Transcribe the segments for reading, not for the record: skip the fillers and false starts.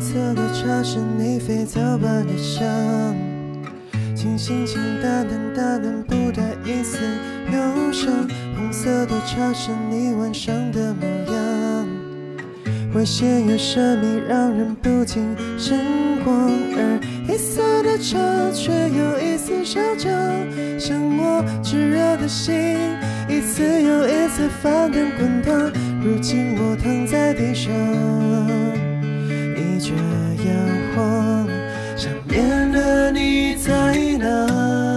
色的茶是你肥皂般的香，清新清淡淡淡淡不带一丝忧伤，红色的茶是你晚上的模样，危险又神秘让人不禁神光，而黑色的茶却有一丝嚣张，像我炙热的心一次又一次翻腾滚烫，如今我躺在地上一蹶摇晃，想念的你在哪？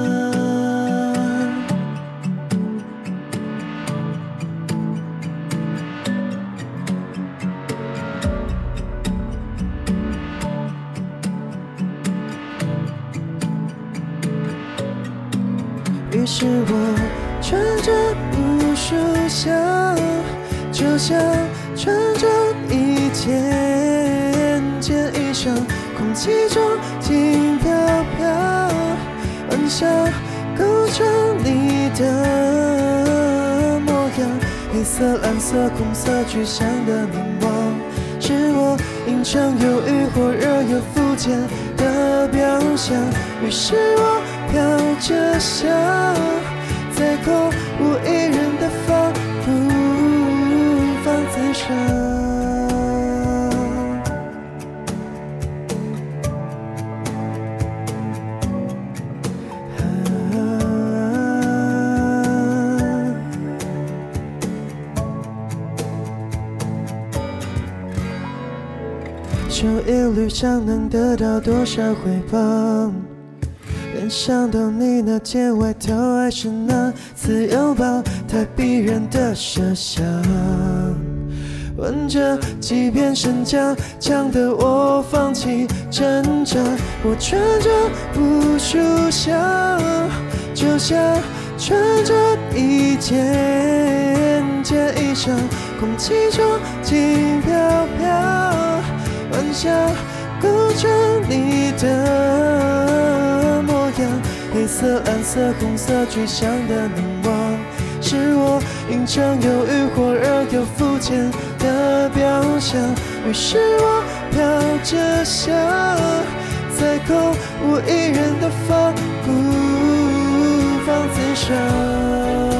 于是我穿着无数香，就像穿着一件件衣裳，空气中轻飘飘，晚霞构成你的模样，黑色、蓝色、红色具象的凝望，是我阴沉忧郁或热又肤浅的表象。于是我飘着香，在空无一人的房子上。就一缕香能得到多少回报？联想到你那件外套，还是那自由包，太逼人的设想。问着即便身强，强得我放弃挣扎。我穿着无数香，就像穿着一件件衣裳，空气中轻飘飘，晚霞构成你的模样，黑色、蓝色、红色具象的凝望，是我阴沉忧郁或热又肤浅的表象。于是我飘着香，在空无一人的房子上。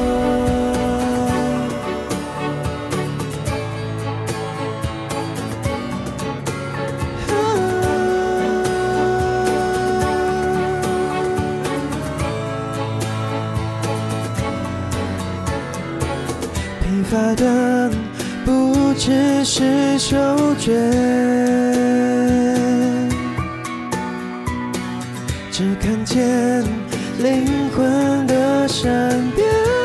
疲乏的不只是手诀，只看见灵魂的善变。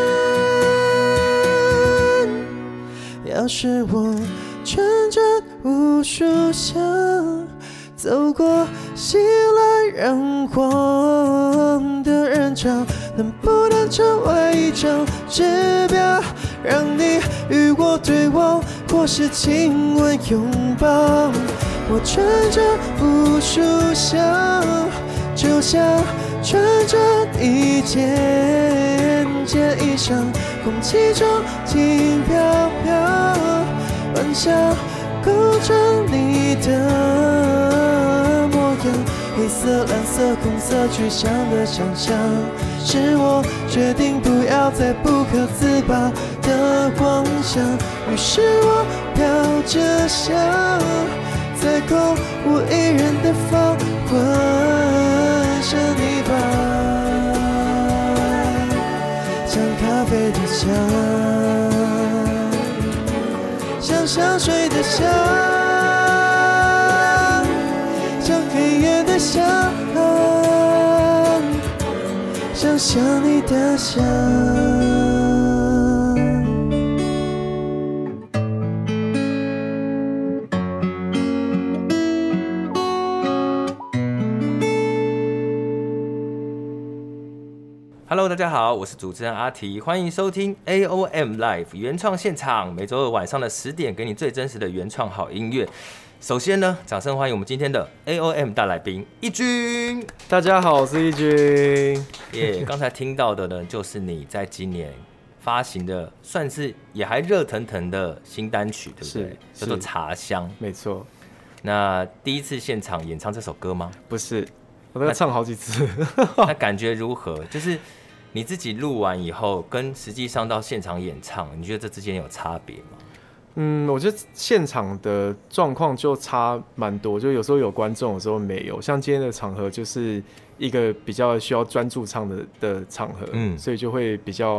要是我穿着无数香，走过熙来攘往的人潮，能不能成为一张指标，让你与我对望，或是亲吻拥抱？我穿着无数香，就像穿着一件件衣裳，空气中轻飘飘，晚霞构成你的模样，黑色、蓝色、红色具象的想象，是我决定不要再不可自拔的妄想。于是我飘着香，在空无一人的房混成一把，像咖啡的香，像香水的香，像黑夜的香，像想你的香。 Hello， 大家好，我是主持人阿提，欢迎收听 AOM Live 原创现场，每周二晚上的10点，给你最真实的原创好音乐。首先呢，掌声欢迎我们今天的 AOM 大来宾一军。 大家好，我是一军。 刚才听到的呢，就是你在今年发行的，算是也还热腾腾的新单曲，对不对？叫做《茶香》。 没错。 那第一次现场演唱这首歌吗？ 不是，我都要唱好几次。 那感觉如何？就是你自己录完以后，跟实际上到现场演唱，你觉得这之间有差别吗？ 我觉得现场的状况就差蛮多，就有时候有观众，有时候没有。像今天的场合就是一个比较需要专注唱的场合，所以就会比较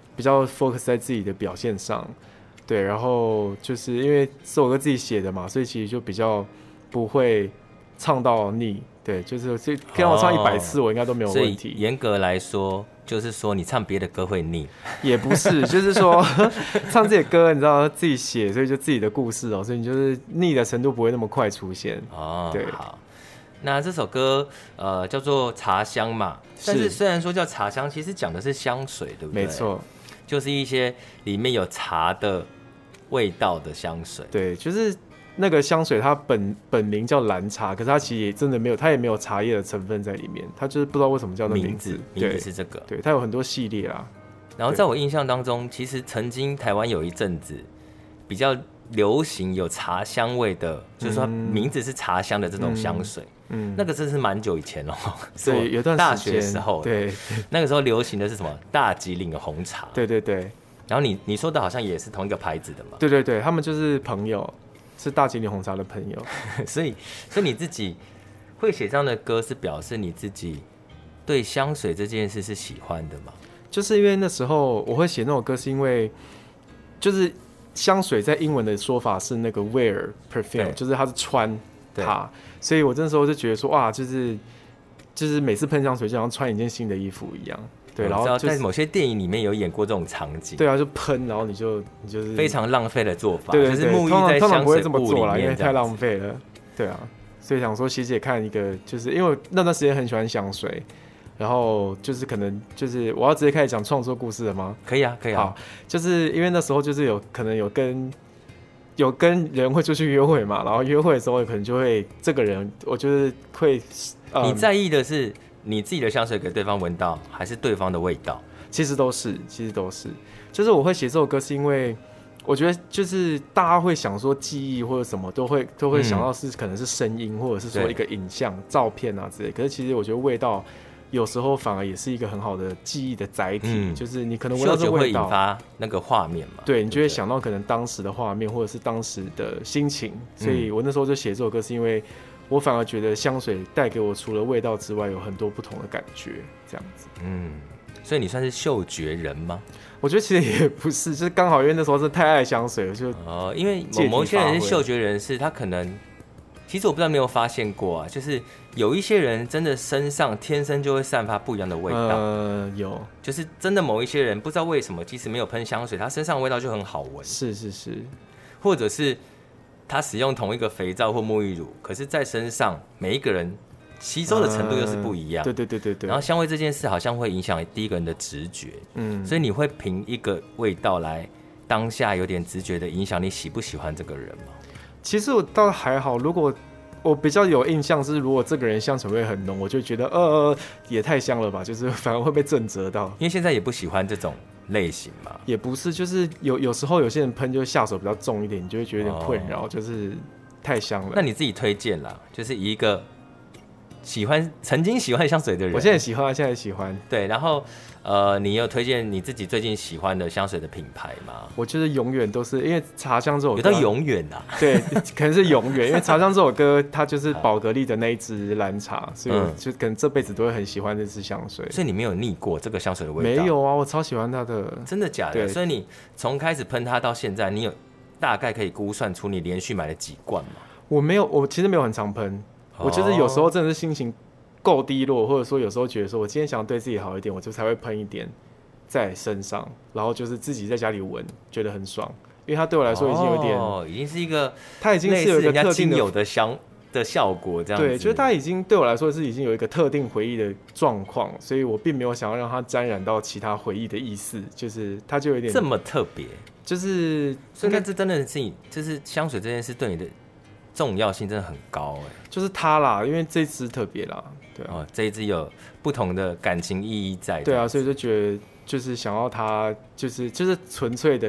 focus 在自己的表现上。对，然后就是因为这首歌自己写的嘛，所以其实就比较不会唱到腻。对，就是让我唱100次，我应该都没有问题。 所以严格来说，就是说你唱别的歌会腻， 也不是，就是说唱自己的歌，你知道自己写，所以就自己的故事所以你就是腻的程度不会那么快出现。对， 好。那这首歌叫做《茶香》嘛，但是虽然说叫茶香，其实讲的是香水，对不对？ 没错， 就是一些里面有茶的味道的香水。 对，就是那个香水，它本名叫蓝茶，可是它其实也真的没有，它也没有茶叶的成分在里面，它就是不知道为什么叫那名字是这个。 对，它有很多系列啦。 然后在我印象当中，其实曾经台湾有一阵子比较流行有茶香味的，就是说名字是茶香的这种香水。那个真是蛮久以前了， 对，有段时间大学时候， 对， 那个时候流行的是什么大吉岭的红茶， 对对对。 然后你说的好像也是同一个牌子的嘛？ 对对对，他们就是朋友，是大吉岭红茶的朋友。 所以你自己会写这样的歌，是表示你自己对香水这件事是喜欢的吗？ 就是因为那时候我会写那首歌，是因为就是香水在英文的说法是那个 wear perfume， 就是它是穿它，所以我那时候就觉得说哇，就是每次喷香水就好像穿一件新的衣服一样。对，然后在某些电影里面有演过这种场景。 对啊，就喷，然后你就是非常浪费的做法。 对对对， 就是沐浴在香水不会这么做啦，因为太浪费了。对啊，所以想说写看一个，就是因为我那段时间很喜欢香水，然后就是可能就是我要直接开始讲创作故事了吗？ 可以啊，可以啊。 好，就是因为那时候就是可能有跟人会出去约会嘛，然后约会的时候可能就会这个人，我就是会你在意的是你自己的香水给对方闻到，还是对方的味道？ 其实都是，就是我会写这首歌，是因为我觉得就是大家会想说记忆或者什么都会想到是可能是声音，或者是说一个影像、照片啊之类。可是其实我觉得味道有时候反而也是一个很好的记忆的载体，就是你可能闻到这味道， 嗅觉会引发那个画面嘛？ 对，你就会想到可能当时的画面，或者是当时的心情。所以我那时候就写这首歌，是因为我反而觉得香水带给我除了味道之外，有很多不同的感觉，这样子。 所以你算是嗅觉人吗？ 我觉得其实也不是，就是刚好因为那时候是太爱香水了，就因为某些人是嗅觉人士，他可能其实我不知道有没有发现过啊，就是有一些人真的身上天生就会散发不一样的味道。 有， 就是真的某一些人不知道为什么，即使没有喷香水，他身上的味道就很好闻。 是， 或者是他使用同一个肥皂或沐浴乳，可是在身上每一个人吸收的程度又是不一样。 对。然后香味这件事好像会影响第一个人的直觉。所以你会凭一个味道来当下有点直觉的影响你喜不喜欢这个人吗？ 其实我倒还好，如果我比较有印象是，如果这个人香水味很浓，我就觉得也太香了吧，就是反而会被震慑到。 因为现在也不喜欢这种类型嘛。 也不是，就是有时候有些人喷就下手比较重一点，你就会觉得有点困扰，就是太香了。 那你自己推荐啦，就是一个曾经喜欢香水的人。 我现在喜欢，现在喜欢。 对，然后你有推荐你自己最近喜欢的香水的品牌吗？ 我觉得永远都是因为茶香这首歌有到永远啊。 对，可能是永远，因为茶香这首歌它就是宝格丽的那一支蓝茶，所以我就可能这辈子都会很喜欢这支香水。 所以你没有腻过这个香水的味道？ 没有啊，我超喜欢它的。 真的假的？所以你从开始喷它到现在，你有大概可以估算出你连续买了几罐吗？我其实没有很常喷。我就是有时候真的是心情够低落，或者说有时候觉得说我今天想要对自己好一点，我就才会喷一点在身上，然后就是自己在家里闻，觉得很爽，因为它对我来说已经有点，已经是一个， 它已经是有一个特定的精油的香的效果，这样子。 对，就是它已经对我来说是已经有一个特定回忆的状况，所以我并没有想要让它沾染到其他回忆的意思，就是它就有点这么特别， 就是所以这真的是就是香水这件事对你的重要性真的很高就是它啦，因为这支特别啦，对啊， 这一支有不同的感情意义在， 对啊，所以就觉得就是想要它，就是纯粹的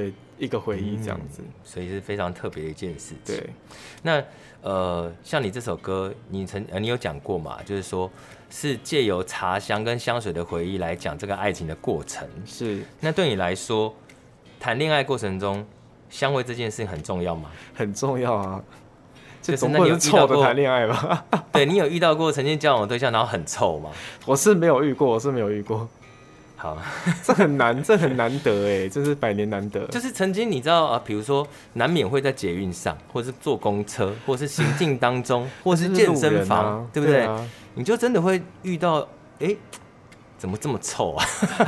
一个回忆这样子， 所以是非常特别的一件事情。 对， 那像你这首歌，你有讲过嘛？就是说是借由茶香跟香水的回忆来讲这个爱情的过程。 是。 那对你来说，谈恋爱过程中，香味这件事情很重要吗？ 很重要啊。 就是总不能臭的谈恋爱吧？对， 你有遇到过曾经交往的对象然后很臭吗？ 我是没有遇过。 好， 这很难得哎，这是百年难得。 就是曾经你知道啊，比如说难免会在捷运上，或是坐公车，或是行进当中，或是健身房，对不对？你就真的会遇到，怎么这么臭啊？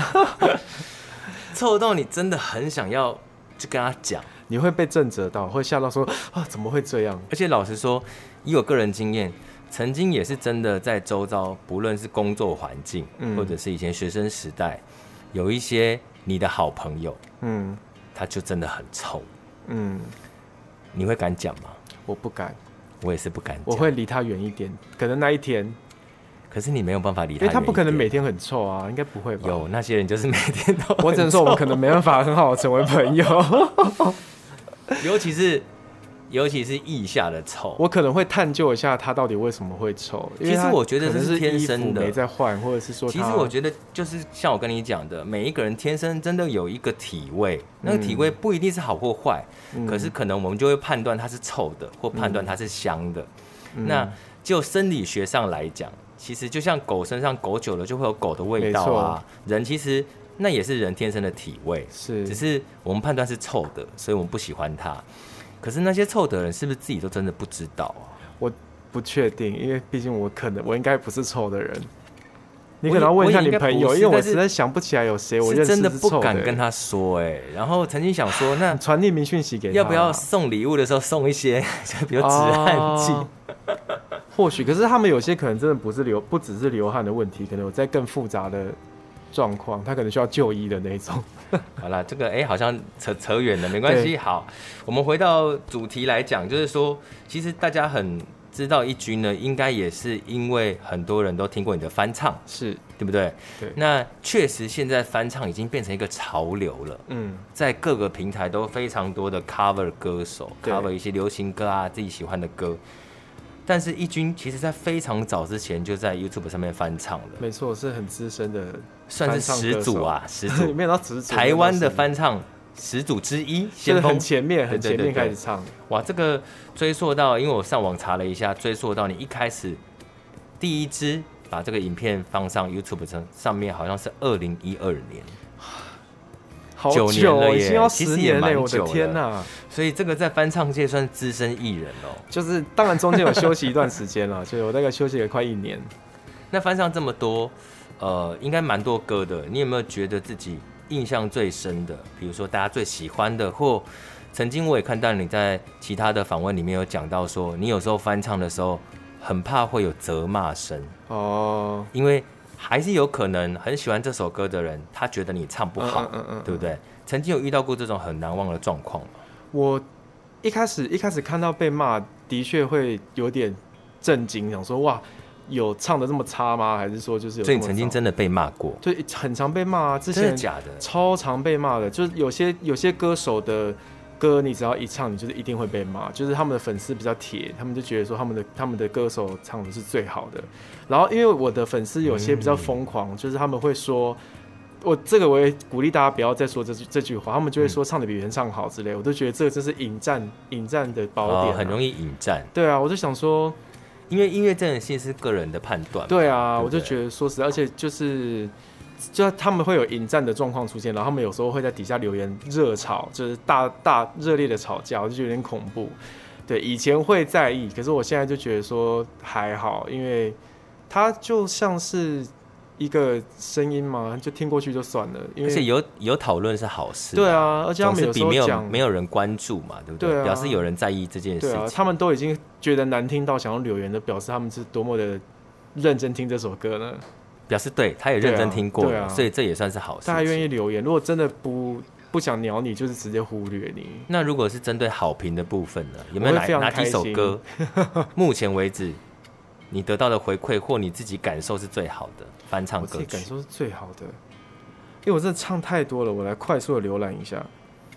臭到你真的很想要去跟他讲。 你会被震慑到，会吓到说啊，怎么会这样？ 而且老实说，以我个人经验，曾经也是真的在周遭，不论是工作环境，或者是以前学生时代，有一些你的好朋友，他就真的很臭，你会敢讲吗？ 我不敢， 我也是不敢讲， 我会离他远一点。可能那一天， 可是你没有办法离他远一点， 因为他不可能每天很臭啊，应该不会吧？ 有那些人就是每天都很臭， 我只能说我们可能没办法很好的成为朋友。 尤其是腋下的臭， 我可能会探究一下他到底为什么会臭。 其实我觉得这是天生的， 没在换，或者是说， 其实我觉得就是像我跟你讲的，每一个人天生真的有一个体味，那个体味不一定是好或坏，可是可能我们就会判断它是臭的，或判断它是香的。那就生理学上来讲，其实就像狗身上狗久了就会有狗的味道啊，人其实那也是人天生的体味，只是我们判断是臭的，所以我们不喜欢它。可是那些臭的人是不是自己都真的不知道啊？ 我不确定，因为毕竟我应该不是臭的人。你可能要问一下你朋友，因为我实在想不起来有谁我认识是臭的。 真的不敢跟他说然后曾经想说，那传匿名讯息给他， 要不要送礼物的时候送一些，比如止汗剂？ 或许，可是他们有些可能真的不只是流汗的问题，可能有在更复杂的状况，他可能需要就医的那种。 好啦，这个好像扯远了，没关系。好，我们回到主题来讲，就是说，其实大家很知道一军呢，应该也是因为很多人都听过你的翻唱， 是对不对？ 对。 那确实，现在翻唱已经变成一个潮流了。在各个平台都非常多的 cover 歌手 ，cover 一些流行歌啊，自己喜欢的歌。但是一军其实在非常早之前就在 YouTube 上面翻唱了， 没错，是很资深的， 算是始祖啊，始祖， 没有到始祖， 台湾的翻唱始祖之一，先锋， 很前面开始唱。 哇，这个追溯到，因为我上网查了一下，追溯到你一开始第一支把这个影片放上 YouTube 上面，好像是2012年。 好久 9年了耶， 已经要10年了， 我的天哪！ 所以这个在翻唱界算是资深艺人哦。 就是当然中间有休息一段时间了，就我大概休息了快1年。 那翻唱这么多，应该蛮多歌的。你有没有觉得自己印象最深的？比如说大家最喜欢的，或曾经我也看到你在其他的访问里面有讲到说，你有时候翻唱的时候很怕会有责骂声哦，因为还是有可能很喜欢这首歌的人，他觉得你唱不好，对不对？曾经有遇到过这种很难忘的状况吗？ 我一开始看到被骂，的确会有点震惊，想说哇，有唱的这么差吗？还是说就是有？ 所以你曾经真的被骂过？ 对，很常被骂啊，之前真的假的？ 超常被骂的，就是有些歌手的歌，你只要一唱，你就是一定会被骂。就是他们的粉丝比较铁，他们就觉得说他们的歌手唱的是最好的。然后因为我的粉丝有些比较疯狂，就是他们会说，我也鼓励大家不要再说这句话，他们就会说唱的比原唱好之类。我都觉得这个真是引战的宝典， 很容易引战。 对啊，我就想说， 因为音乐这件事是个人的判断。 对啊，我就觉得说实在，而且就他们会有引战的状况出现，然后他们有时候会在底下留言热吵，就是大热烈的吵架，我就觉得有点恐怖。对，以前会在意，可是我现在就觉得说还好，因为它就像是一个声音嘛，就听过去就算了。因为而且有讨论是好事。 对啊，而且他们有时候讲没有人关注嘛，对不对？表示有人在意这件事情。 对啊，他们都已经觉得难听到想要留言的，表示他们是多么的认真听这首歌呢？ 表示对，他也认真听过了，所以这也算是好事。 大家愿意留言，如果真的不想鸟你，就是直接忽略你。 那如果是针对好评的部分呢？有没有哪几首歌，目前为止你得到的回馈或你自己感受是最好的翻唱歌曲？ 我自己感受是最好的，因为我真的唱太多了，我来快速的浏览一下。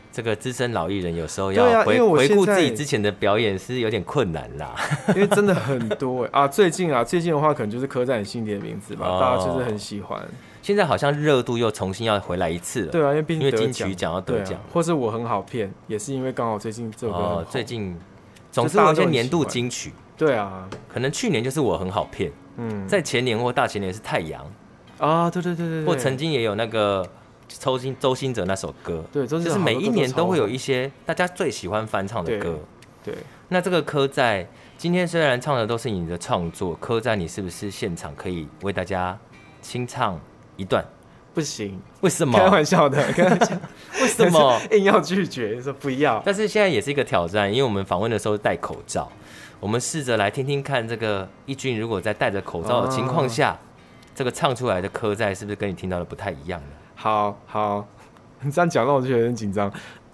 这个资深老艺人有时候要回顾自己之前的表演是有点困难啦， 因为真的很多最近的话可能就是刻在你心底的名字吧，大家就是很喜欢。 现在好像热度又重新要回来一次了， 对啊，因为毕竟金曲奖要得奖， 或是我很好骗，也是因为刚好最近这首歌很红， 最近总是有一些年度金曲， 对啊， 可能去年就是我很好骗，在前年或大前年是太阳啊，对， 或曾经也有那个周兴哲那首歌， 对， 就是每一年都会有一些大家最喜欢翻唱的歌， 对。 那这个刻在今天虽然唱的都是你的创作，刻在你是不是现场可以为大家清唱一段？ 不行， 为什么？ 开玩笑的， 为什么硬要拒绝说不要？ 但是现在也是一个挑战，因为我们访问的时候戴口罩，我们试着来听听看，这个一军如果在戴着口罩的情况下，这个唱出来的刻在是不是跟你听到的不太一样呢？ 好，你这样讲让我就觉得有点紧张。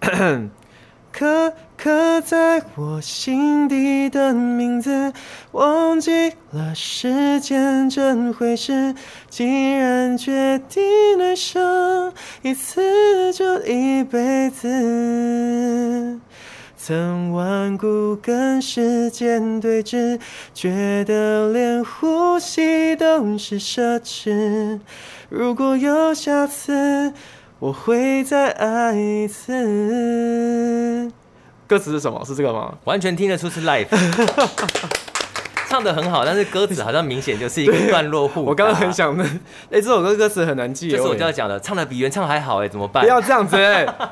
刻在我心底的名字，忘记了时间怎回事，既然决定爱上一次就一辈子。曾顽固跟时间对峙，觉得连呼吸都是奢侈。如果有下次，我会再爱一次。歌词是什么？是这个吗？ 完全听得出是 live， 唱得很好，但是歌词好像明显就是一个段落互打。 我刚刚很想问，这首歌歌词很难记， 就是我就要讲的，唱得比原唱还好，怎么办？ 不要这样子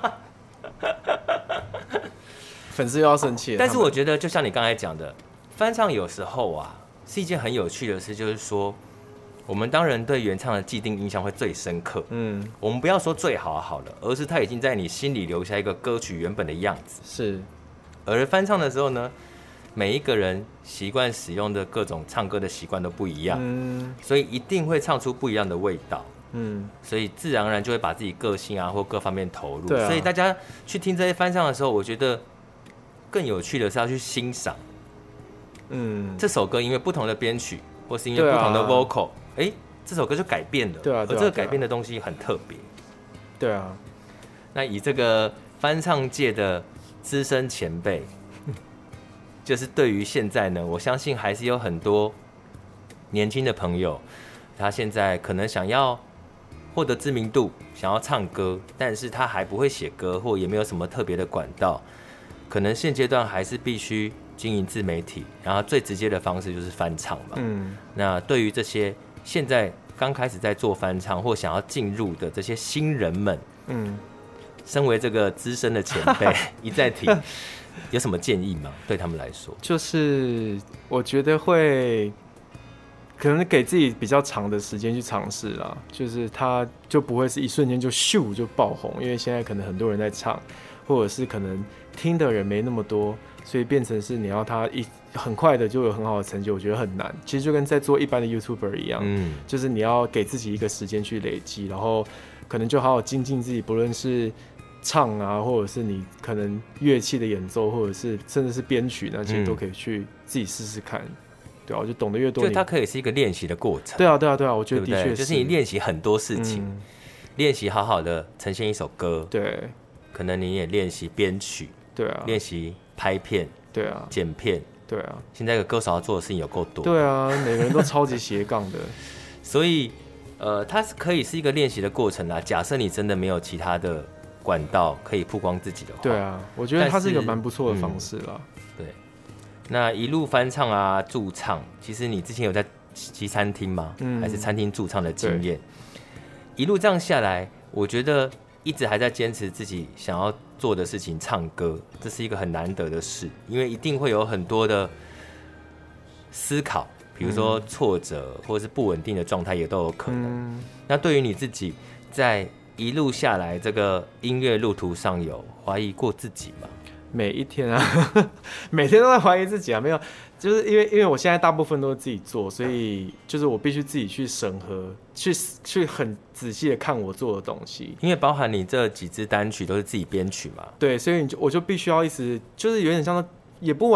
粉丝又要生气了。 但是我觉得，就像你刚才讲的，翻唱有时候是一件很有趣的事，就是说，我们当然对原唱的既定印象会最深刻。我们不要说最好了，而是它已经在你心里留下一个歌曲原本的样子。 是。 而翻唱的时候呢，每一个人习惯使用的各种唱歌的习惯都不一样，所以一定会唱出不一样的味道。所以自然而然就会把自己个性或各方面投入。所以大家去听这些翻唱的时候，我觉得更有趣的是要去欣赏，这首歌因为不同的编曲，或是因为不同的 vocal，这首歌就改变了。而这个改变的东西很特别。 对啊。 那以这个翻唱界的资深前辈，就是对于现在呢，我相信还是有很多年轻的朋友，他现在可能想要获得知名度，想要唱歌，但是他还不会写歌，或也没有什么特别的管道，可能现阶段还是必须经营自媒体，然后最直接的方式就是翻唱嘛。那对于这些现在刚开始在做翻唱或想要进入的这些新人们，身为这个资深的前辈一再提，有什么建议吗？对他们来说， 就是我觉得会可能给自己比较长的时间去尝试啦，就是他就不会是一瞬间就咻就爆红，因为现在可能很多人在唱，或者是可能听的人没那么多，所以变成是你要他很快的就有很好的成就，我觉得很难。其实就跟在做一般的 YouTuber 一样，就是你要给自己一个时间去累积，然后可能就好好精进自己，不论是唱或者是你可能乐器的演奏，或者是甚至是编曲那些，都可以去自己试试看。对啊，我就懂得越多， 就它可以是一个练习的过程。 对啊，我觉得的确是， 就是你练习很多事情，练习好好的呈现一首歌。 对， 可能你也练习编曲。 对啊， 练习拍片。 对啊， 剪片。 对啊， 现在一个歌手要做的事情有够多。 对啊，每个人都超级斜杠的。 所以，它是可以是一个练习的过程啦。假设你真的没有其他的管道可以曝光自己的话，对啊，我觉得它是一个蛮不错的方式啦。 对。那一路翻唱驻唱，其实你之前有在西餐厅吗？还是餐厅驻唱的经验？一路这样下来，我觉得一直还在坚持自己想要做的事情，唱歌，这是一个很难得的事，因为一定会有很多的思考，比如说挫折或是不稳定的状态也都有可能。那对于你自己在一路下来这个音乐路途上，有怀疑过自己吗？ 每一天每天都在怀疑自己没有，就是因为我现在大部分都是自己做，所以就是我必须自己去审核，去很仔细的看我做的东西。 因为包含你这几支单曲都是自己编曲嘛， 对，所以我就必须要一直就是有点像，也不完全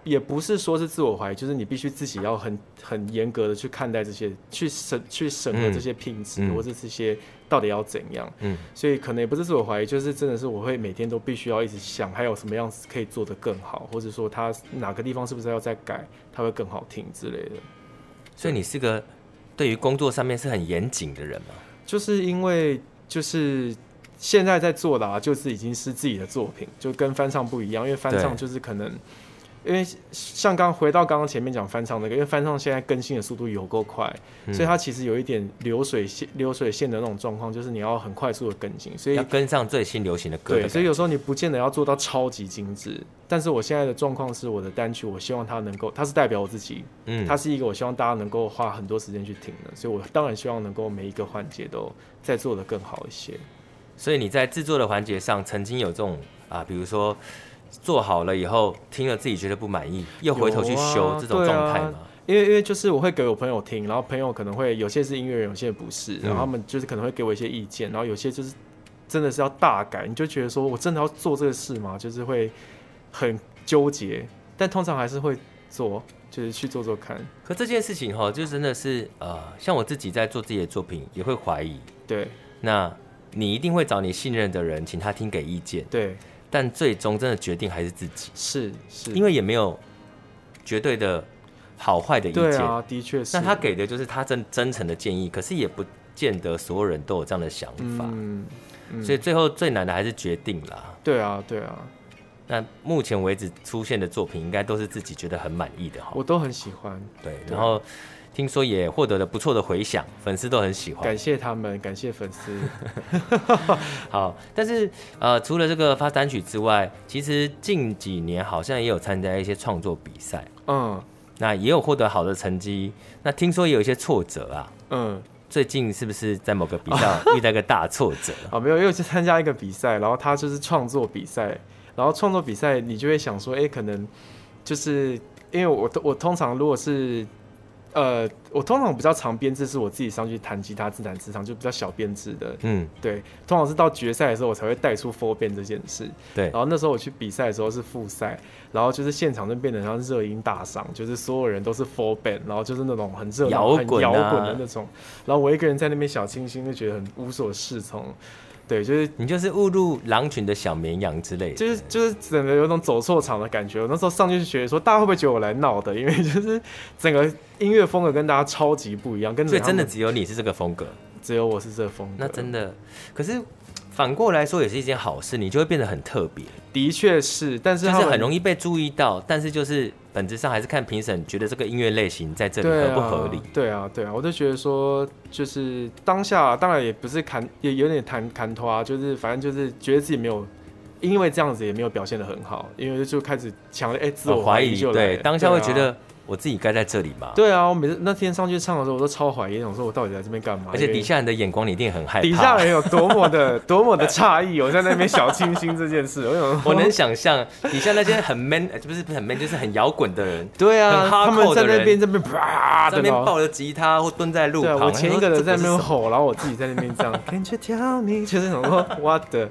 也不是说是自我怀疑，就是你必须自己要很严格的去看待这些，去审核这些品质，或者这些到底要怎样。所以可能也不是自我怀疑，就是真的是我会每天都必须要一直想，还有什么样子可以做得更好，或者说他哪个地方是不是要再改，他会更好听之类的。 所以你是个对于工作上面是很严谨的人吗？就是因为就是现在在做的啊，就是已经是自己的作品，就跟翻唱不一样，因为翻唱就是可能。因为像回到刚刚前面讲翻唱那个，因为翻唱现在更新的速度有够快，所以它其实有一点流水线的那种状况，就是你要很快速的更新，所以要跟上最新流行的歌的。 对，所以有时候你不见得要做到超级精致，但是我现在的状况是，我的单曲我希望它能够，它是代表我自己，它是一个我希望大家能够花很多时间去听的，所以我当然希望能够每一个环节都再做得更好一些。 所以你在制作的环节上，曾经有这种比如说。做好了以后，听了自己觉得不满意，又回头去修这种状态吗？ 因为就是我会给我朋友听，然后朋友可能会有些是音乐人，有些不是，然后他们就是可能会给我一些意见，然后有些就是真的是要大改，你就觉得说我真的要做这个事吗？就是会很纠结，但通常还是会做，就是去做做看。 可这件事情就真的是像我自己在做自己的作品，也会怀疑。 对， 那你一定会找你信任的人，请他听给意见。 对。 但最终真的决定还是自己， 是因为也没有绝对的好坏的意见。 对啊，的确是。 那他给的就是他真诚的建议，可是也不见得所有人都有这样的想法。所以最后最难的还是决定啦。 对啊。 那目前为止出现的作品，应该都是自己觉得很满意的。 我都很喜欢。 对，然后听说也获得了不错的回响，粉丝都很喜欢。 感谢他们，感谢粉丝。 好，但是除了这个发单曲之外，其实近几年好像也有参加一些创作比赛，那也有获得好的成绩。那听说也有一些挫折啊，最近是不是在某个比赛遇到一个大挫折？ 没有，因为我去参加一个比赛，然后它就是创作比赛，然后创作比赛你就会想说，可能就是因为我通常如果是。我通常比较常编制是我自己上去弹吉他自弹自唱，就比较小编制的。对，通常是到决赛的时候我才会带出 4 band 这件事。 对， 然后那时候我去比赛的时候是复赛，然后就是现场就变得像热音大赏，就是所有人都是 4 band， 然后就是那种很热闹、很摇滚的那种，然后我一个人在那边小清新，就觉得很无所适从。对，就是你就是误入狼群的小绵羊之类的， 就是整个有种走错场的感觉。我那时候上去就觉得说，大家会不会觉得我来闹的？因为就是整个音乐风格跟大家超级不一样， 所以真的只有你是这个风格， 只有我是这个风格。 那真的，可是反过来说也是一件好事，你就会变得很特别。 的确是，但是就是很容易被注意到，但是就是本质上还是看评审觉得这个音乐类型在这里合不合理。 对啊，我就觉得说，就是当下当然也不是也有点砍拖啊，就是反正就是觉得自己没有，因为这样子也没有表现得很好，因为就开始强烈自我怀疑就来。 对，当下会觉得。我自己该在这里吗？ 对啊，我每次那天上去唱的时候，我都超怀疑，我说我到底在这边干嘛？ 而且底下人的眼光你一定很害怕。 底下人有多么的诧异，我在那边小清新这件事， 我能想象底下那些很 man， 不是很 man， 就是很摇滚的人。 对啊，他们在那边啪，在那边抱着吉他或蹲在路旁。 我前一个人在那边吼，然后我自己在那边这样，Can't you tell me， 就是想说 what the。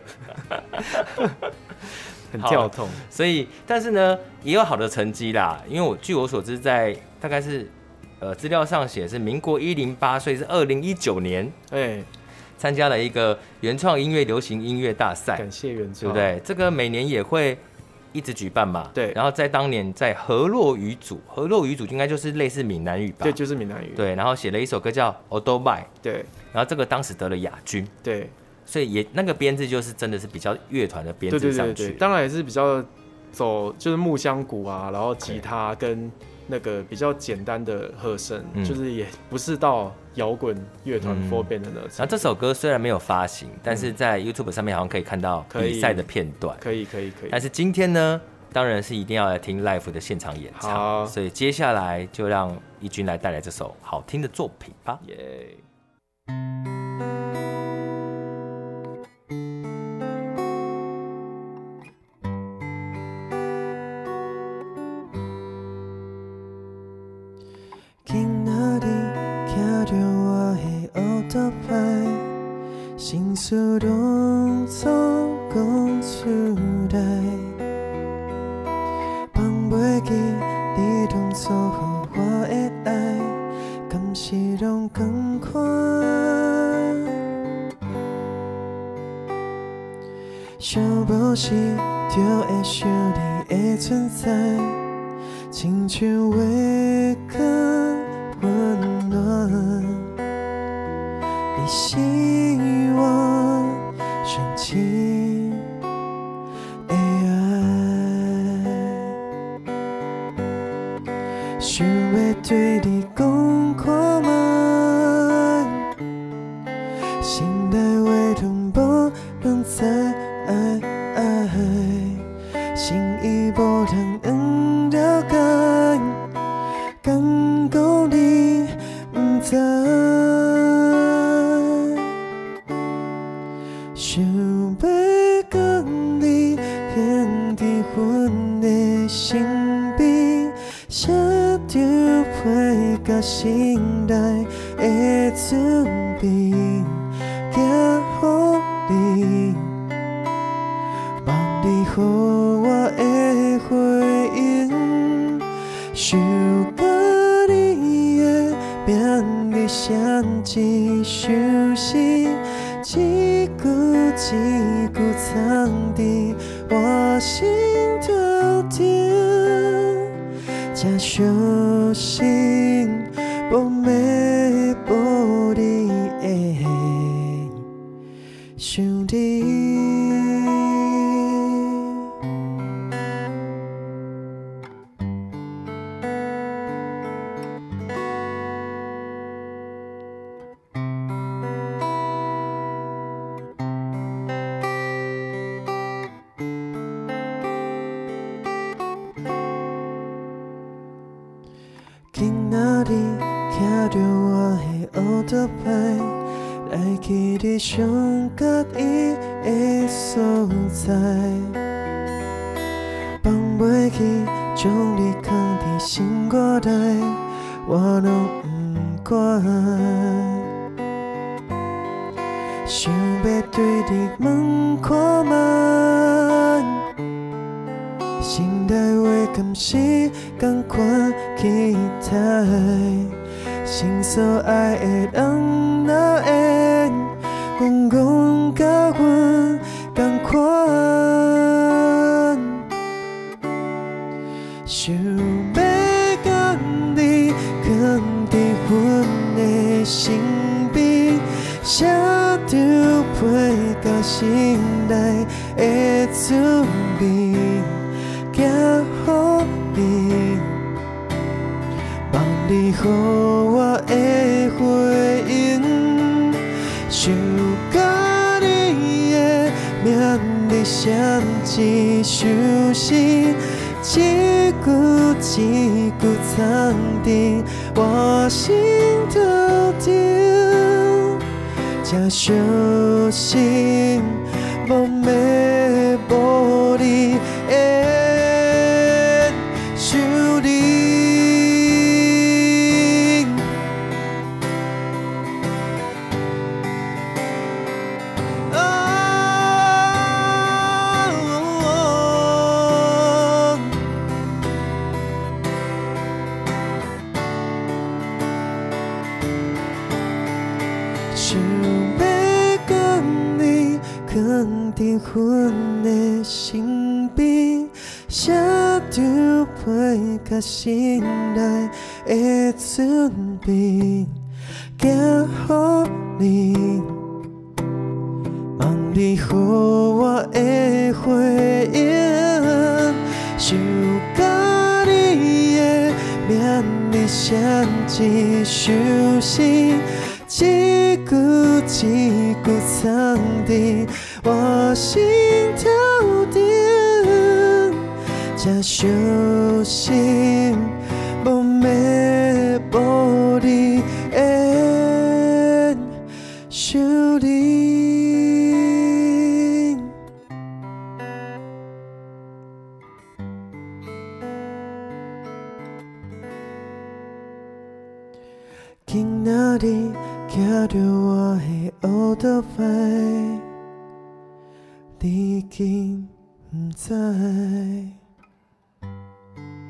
很跳痛， 所以但是呢，也有好的成绩啦。因为据我所知，在大概是资料上写是民国108岁，是2019年，参加了一个原创音乐流行音乐大赛。 感谢原创， 对不对？这个每年也会一直举办嘛。 对。 然后在当年在河洛语组应该就是类似闽南语吧？ 对，就是闽南语。 对，然后写了一首歌叫《Odobai》。 对。 然后这个当时得了亚军。 对。 所以也那个编制就是真的是比较乐团的编制上去， 对，当然也是比较走就是木箱鼓啊，然后吉他跟那个比较简单的和声，就是也不是到摇滚乐团 4 band 的那种。 然后这首歌虽然没有发行，但是在 YouTube 上面好像可以看到比赛的片段， 可以。 但是今天呢，当然是一定要来听 live 的现场演唱，所以接下来就讓一軍來帶來這首好聽的作品吧。 今仔日骑着我的乌托邦，心事拢总讲出来。放袂记你当初予我的爱，敢是拢同款？想无时就会想你的存在，亲像月光温暖，你是我深情的爱，想要对你讲看卖，心内话通无人知，心意无人了解，敢讲你不知，想要讲你牵伫阮的身边，写着花甲心内的准备，寄予你，望你予我的回应，想甲你的名字写一首诗，一句一句藏伫我心头顶，才相信无眠无你的想你。今仔日骑着我的乌托邦，来去你上合意的所在，放袂记将你藏伫心肝内，我拢不管。想要对你问看卖，心内话敢是同款期待，心所爱的人若会讲甲阮同款，想要甲你藏伫阮的身边，写着陪甲心内的准备，寄予你，望你予我的回应，想甲你的名字写一首诗，一句一句藏伫我心头顶，才相信无眠无你的想你。想要甲你藏伫阮的身边，写着陪甲心内的准备，寄予你，望你予我的回应，想甲你的名字写一首诗，一句一句藏伫我心头顶，才相信无眠无你的想你。今仔日骑着我的乌托邦，你竟不知。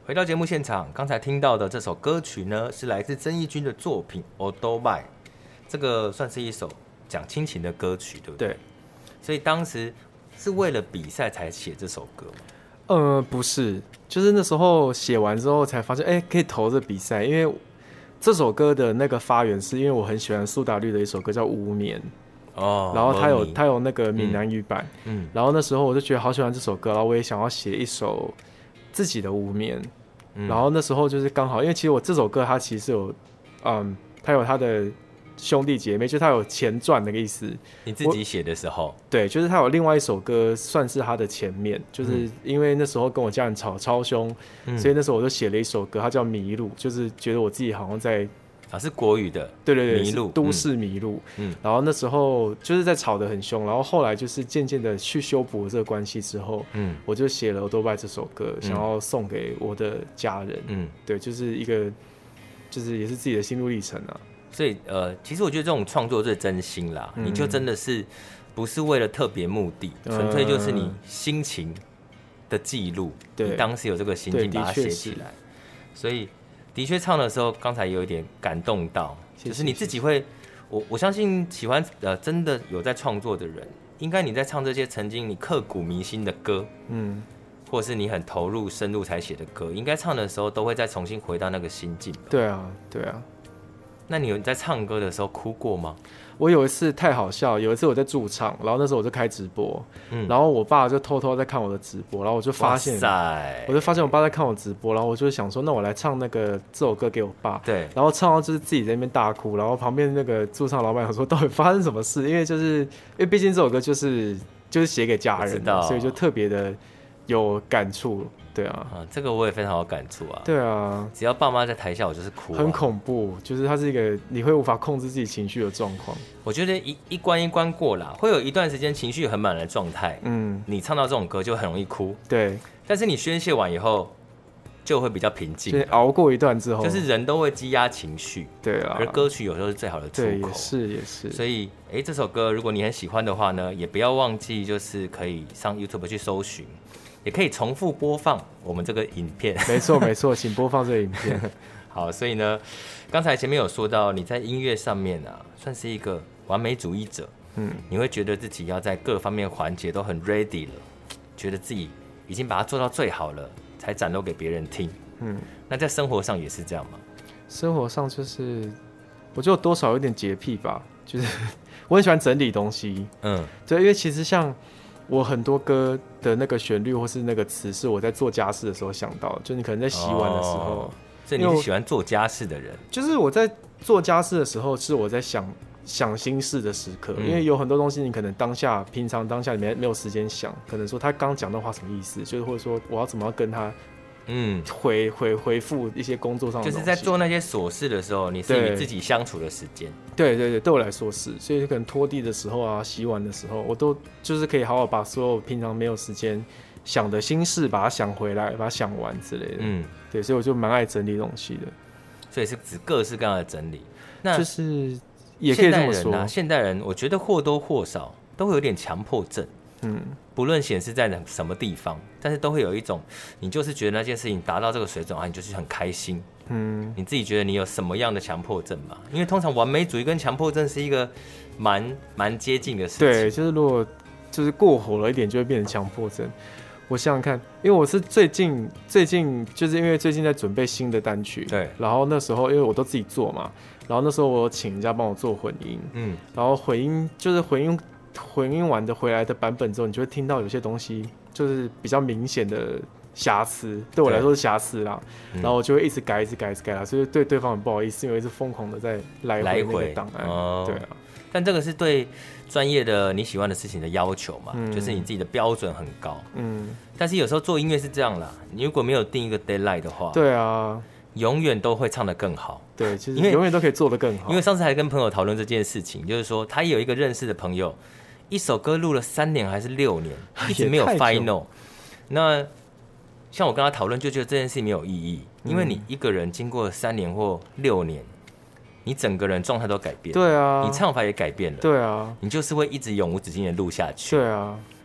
回到节目现场，刚才听到的这首歌曲呢，是来自曾义军的作品《Odobai》，这个算是一首讲亲情的歌曲，对不对？ 对。 所以当时是为了比赛才写这首歌吗？ 不是，就是那时候写完之后才发现，可以投这比赛，因为这首歌的那个发源是因为我很喜欢苏打绿的一首歌叫《无眠》。然后他有那个闽南语版，然后那时候我就觉得好喜欢这首歌，然后我也想要写一首自己的无眠，然后那时候就是刚好，因为其实我这首歌它其实有，它有它的兄弟姐妹，就它有前传那个意思。 你自己写的时候， 对，就是它有另外一首歌算是它的前面，就是因为那时候跟我家人吵超凶，所以那时候我就写了一首歌，它叫《迷路》，就是觉得我自己好像在。 是国语的， 对， 迷路， 都市迷路。然后那时候就是在吵得很凶，然后后来就是渐渐的去修补这个关系之后，我就写了《Odobai》这首歌，想要送给我的家人。对，就是一个，就是也是自己的心路历程啊。 所以其实我觉得这种创作最真心啦，你就真的是不是为了特别目的，纯粹就是你心情的记录，你当时有这个心境把它写起来，所以。的确唱的时候，刚才有一点感动到，就是你自己会，我相信喜欢真的有在创作的人，应该你在唱这些曾经你刻骨铭心的歌，或者是你很投入深入才写的歌，应该唱的时候都会再重新回到那个心境。 对啊，对啊。 那你有在唱歌的时候哭过吗？ 我有一次太好笑，有一次我在驻唱，然后那时候我就开直播，然后我爸就偷偷在看我的直播，然后我就发现我爸在看我直播，然后我就想说，那我来唱这首歌给我爸。 对。 然后唱到就是自己在那边大哭，然后旁边那个驻唱老板想说，到底发生什么事？因为毕竟这首歌就是写给家人的，所以就特别的有感触。对啊， 这个我也非常有感触啊。 对啊， 只要爸妈在台下，我就是哭很恐怖，就是它是一个你会无法控制自己情绪的状况。 我觉得一关一关过啦，会有一段时间情绪很满的状态。你唱到这种歌就很容易哭。 对， 但是你宣泄完以后，就会比较平静。 就是熬过一段之后， 就是人都会积压情绪。 对啊， 而歌曲有时候是最好的出口。 对，也是。 所以，这首歌如果你很喜欢的话呢，也不要忘记，就是可以上 YouTube 去搜寻。也可以重复播放我们这个影片。 没错，请播放这个影片。 好，所以呢，刚才前面有说到你在音乐上面啊，算是一个完美主义者。你会觉得自己要在各方面环节都很 ready 了，觉得自己已经把它做到最好了，才展露给别人听。那在生活上也是这样吗？ 生活上就是我觉得多少有点洁癖吧，就是我很喜欢整理东西。对，因为其实像我很多歌的那个旋律或是那个词是我在做家事的时候想到的，就你可能在洗碗的时候。 所以你是喜欢做家事的人？ 就是我在做家事的时候，是我在想心事的时刻，因为有很多东西你可能平常当下你没有时间想，可能说他刚讲的话什么意思，就是或者说我要怎么样跟他回复一些工作上的东西， 就是在做那些琐事的时候，你是与自己相处的时间。 对，对我来说是，所以可能拖地的时候啊，洗碗的时候，我都就是可以好好把所有平常没有时间想的心事，把它想回来，把它想完之类的。对，所以我就蛮爱整理东西的。 所以是指各式各样的整理。那就是也可以这么说， 现代人我觉得或多或少都会有点强迫症。不论显示在什么地方，但是都会有一种，你就是觉得那件事情达到这个水准啊，你就是很开心。你自己觉得你有什么样的强迫症吗？因为通常完美主义跟强迫症是一个蛮接近的事情。 对，就是如果就是过火了一点，就会变成强迫症。我想想看，因为我是最近就是因为最近在准备新的单曲， 对， 然后那时候因为我都自己做嘛，然后那时候我请人家帮我做混音，然后混音完的回来的版本之后，你就会听到有些东西就是比较明显的瑕疵，对我来说是瑕疵啦，然后我就会一直改啦，所以对对方很不好意思，因为是疯狂的在来回那个档案，对啊。 但这个是对专业的你喜欢的事情的要求嘛，就是你自己的标准很高。但是有时候做音乐是这样啦，你如果没有定一个 deadline 的话， 对啊， 永远都会唱得更好。 对，其实永远都可以做得更好。 因为上次还跟朋友讨论这件事情，就是说他也有一个认识的朋友，一首歌录了3年还是6年，一直没有 final。那像我跟他讨论，就觉得这件事情没有意义，因为你一个人经过3年或6年。你整个人状态都改变， 对啊， 你唱法也改变了， 对啊， 你就是会一直永无止境的录下去， 对啊。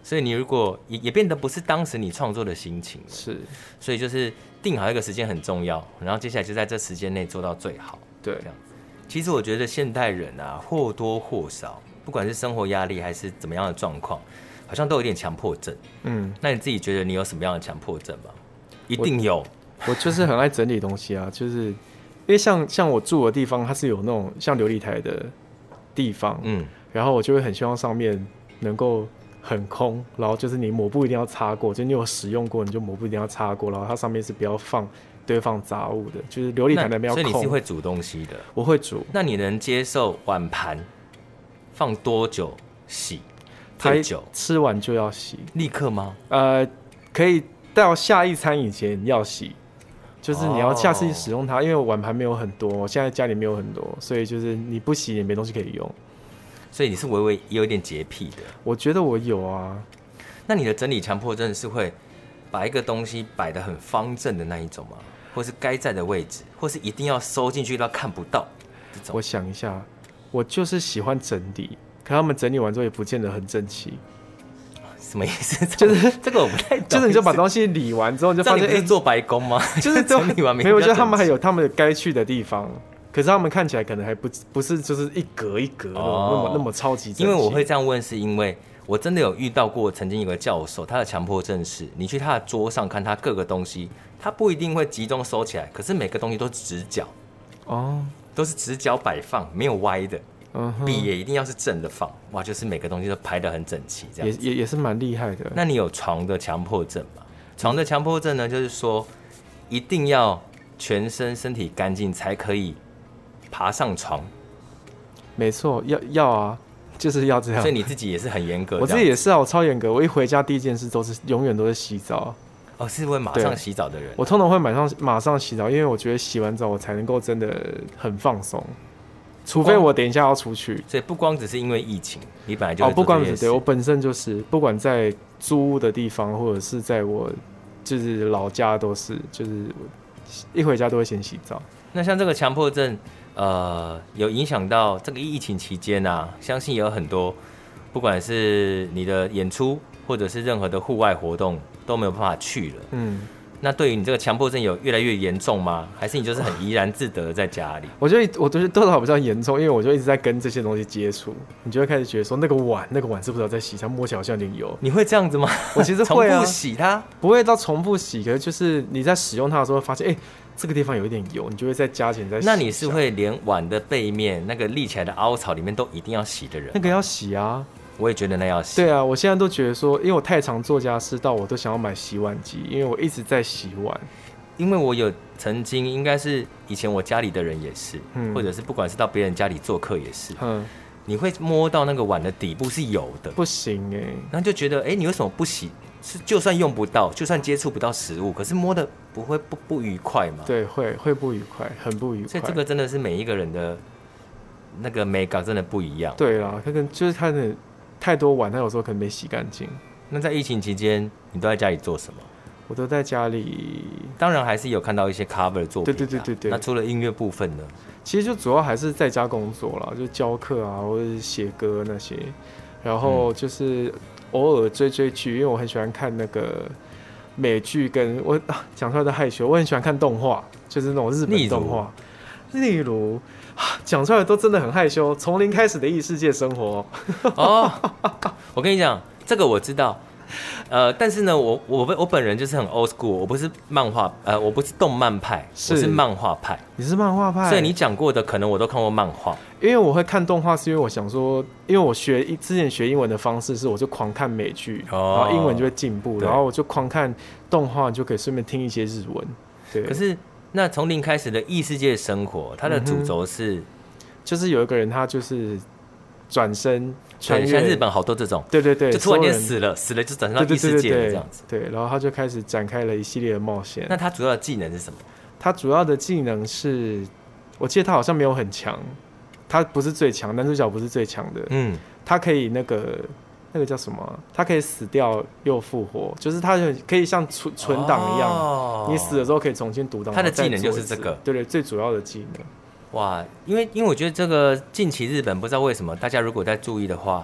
所以你如果也变得不是当时你创作的心情， 是， 所以就是定好一个时间很重要，然后接下来就在这时间内做到最好。 对， 这样子。其实我觉得现代人啊，或多或少，不管是生活压力还是怎么样的状况，好像都有点强迫症。那你自己觉得你有什么样的强迫症吗？一定有。 我就是很爱整理东西啊，就是因为像我住的地方，它是有那种像流理台的地方，然后我就会很希望上面能够很空，然后就是你抹布一定要擦过，就你有使用过，你就抹布一定要擦过，然后它上面是不要堆放杂物的，就是流理台那边要空。 所以你是会煮东西的？ 我会煮。 那你能接受碗盘放多久洗？最久吃完就要洗， 立刻吗？ 可以到下一餐以前要洗，就是你要下次使用它，因为碗盘没有很多，我现在家里没有很多，所以就是你不洗也没东西可以用。 所以你是微微有一点洁癖的？ 我觉得我有啊。 那你的整理强迫症是会把一个东西摆得很方正的那一种吗？或是该在的位置，或是一定要收进去到看不到这种？ 我想一下，我就是喜欢整理，可他们整理完之后也不见得很整齐。 什么意思？就是这个我不太懂。 就是你就把东西理完之后，你就发现是做白工吗？ 就是整理完没有，就他们还有他们该去的地方。可是他们看起来可能还不是就是一格一格那么超级整齐。 因为我会这样问，是因为我真的有遇到过，曾经有个教授，他的强迫症是，你去他的桌上看他各个东西，他不一定会集中收起来，可是每个东西都直角，都是直角摆放，没有歪的，笔也一定要是正的放，哇，就是每个东西都排得很整齐，这样也是蛮厉害的。 那你有床的强迫症吗？床的强迫症呢，就是说一定要全身体干净才可以爬上床。 没错，要啊，就是要这样。 所以你自己也是很严格。 我自己也是啊，我超严格。我一回家第一件事永远都是洗澡。 是会马上洗澡的人。 我通常会马上洗澡，因为我觉得洗完澡我才能够真的很放松。除非我等一下要出去。 所以不光只是因为疫情，你本来就会不光只是对我本身就是，不管在租屋的地方，或者是在我就是老家，都是就是一回家都会先洗澡。 那像这个强迫症，有影响到这个疫情期间啊，相信也有很多，不管是你的演出或者是任何的户外活动都没有办法去了。那对于你这个强迫症有越来越严重吗？还是你就是很怡然自得的在家里？ 我觉得多少比较严重，因为我就一直在跟这些东西接触，你就会开始觉得说那个碗是不是要再洗？它摸起来好像有点油。 你会这样子吗？ 我其实会啊， 重复洗它， 不会到重复洗，可是就是你在使用它的时候会发现，这个地方有一点油，你就会再加钱再洗。 那你是会连碗的背面那个立起来的凹槽里面都一定要洗的人？ 那个要洗啊。 我也觉得那要洗。 对啊，我现在都觉得说，因为我太常做家事到我都想要买洗碗机，因为我一直在洗碗。 因为我有曾经，应该是以前我家里的人也是，或者是不管是到别人家里做客也是，你会摸到那个碗的底部是油的， 不行然后就觉得你为什么不洗？是就算用不到，就算接触不到食物，可是摸的不会不愉快吗？ 对，会不愉快，很不愉快。 所以这个真的是每一个人的那个美感真的不一样。 对啦，可能就是他的太多碗，他有时候可能没洗干净。 那在疫情期间，你都在家里做什么？ 我都在家里， 当然还是有看到一些 cover 作品。 对。 那除了音乐部分呢？ 其实就主要还是在家工作啦，就教课啊，或者是写歌那些。然后就是偶尔追剧，因为我很喜欢看那个美剧，跟我讲出来的害羞，我很喜欢看动画，就是那种日本动画。例如讲出来都真的很害羞，从零开始的异世界生活。 我跟你讲，这个我知道。但是呢，我本人就是很 old school， 我不是漫画，我不是动漫派，我是漫画派。 你是漫画派， 所以你讲过的可能我都看过漫画。 因为我会看动画，是因为我想说，因为我之前学英文的方式是，我就狂看美剧，然后英文就会进步，然后我就狂看动画，就可以顺便听一些日文。对。 可是那从零开始的异世界生活，它的主轴是， 就是有一个人他就是转身。 像日本好多这种， 对， 就突然间死了就转身到异世界了这样子。 对，然后他就开始展开了一系列的冒险。 那他主要的技能是什么？ 他主要的技能是，我记得他好像没有很强，他不是最强，男主角不是最强的。他可以那个叫什么？他可以死掉又复活，就是他可以像存档一样，你死了之后可以重新读档。 他的技能就是这个， 对，最主要的技能。 哇，因为我觉得这个近期日本不知道为什么，大家如果在注意的话，